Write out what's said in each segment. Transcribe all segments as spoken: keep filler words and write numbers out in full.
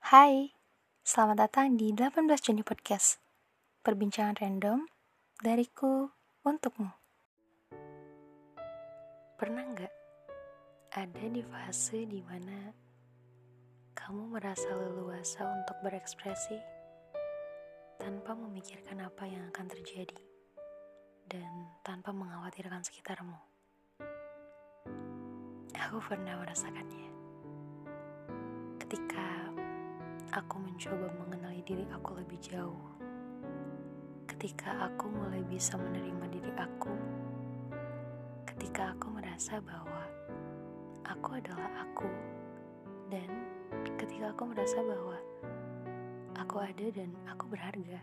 Hai, selamat datang di delapan belas Juni Podcast. Perbincangan random dariku untukmu. Pernah nggak ada di fase dimana kamu merasa leluasa untuk berekspresi tanpa memikirkan apa yang akan terjadi dan tanpa mengkhawatirkan sekitarmu? Aku pernah merasakannya. Ketika aku mencoba mengenali diri aku lebih jauh, ketika aku mulai bisa menerima diri aku, ketika aku merasa bahwa aku adalah aku, dan ketika aku merasa bahwa aku ada dan aku berharga.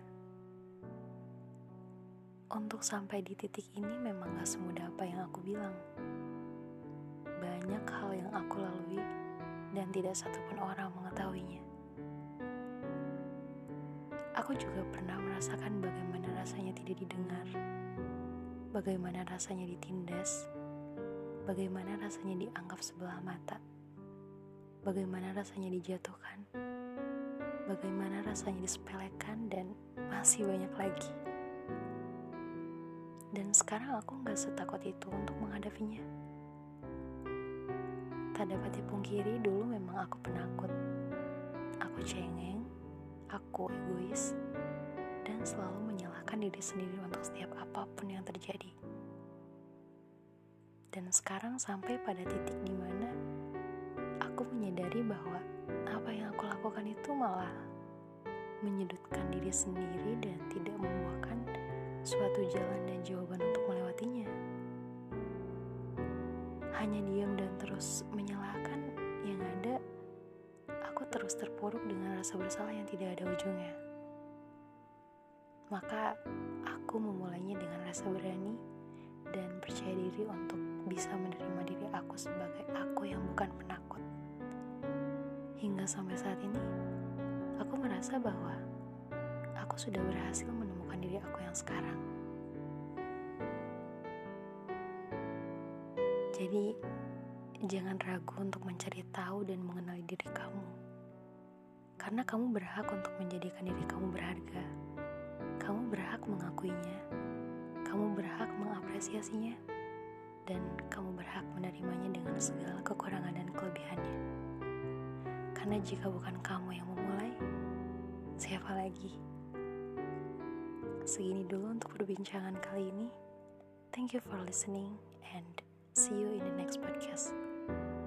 Untuk sampai di titik ini memang gak semudah apa yang aku bilang. Banyak hal yang aku lalui dan tidak satupun orang mengetahuinya. Aku juga pernah merasakan bagaimana rasanya tidak didengar, bagaimana rasanya ditindas, bagaimana rasanya dianggap sebelah mata, bagaimana rasanya dijatuhkan, bagaimana rasanya disepelekan, dan masih banyak lagi. Dan sekarang aku gak setakut itu untuk menghadapinya. Tak dapat dipungkiri, dulu memang aku penakut. Aku cengeng, aku egois, dan selalu menyalahkan diri sendiri untuk setiap apapun yang terjadi. Dan sekarang sampai pada titik di mana aku menyadari bahwa apa yang aku lakukan itu malah menyudutkan diri sendiri dan tidak membuahkan suatu jalan dan jawaban untuk melewatinya. Hanya diam dan terus menyalahkan, yang ada aku terus terpuruk dengan rasa bersalah yang tidak ada ujungnya. Maka aku memulainya dengan rasa berani dan percaya diri untuk bisa menerima diri aku sebagai aku yang bukan penakut. Hingga sampai saat ini, aku merasa bahwa aku sudah berhasil menemukan diri aku yang sekarang. Jadi, jangan ragu untuk mencari tahu dan mengenali diri kamu. Karena kamu berhak untuk menjadikan diri kamu berharga. Kamu berhak mengakuinya. Kamu berhak mengapresiasinya. Dan kamu berhak menerimanya dengan segala kekurangan dan kelebihannya. Karena jika bukan kamu yang memulai, siapa lagi? Segini dulu untuk perbincangan kali ini. Thank you for listening and see you in the next podcast.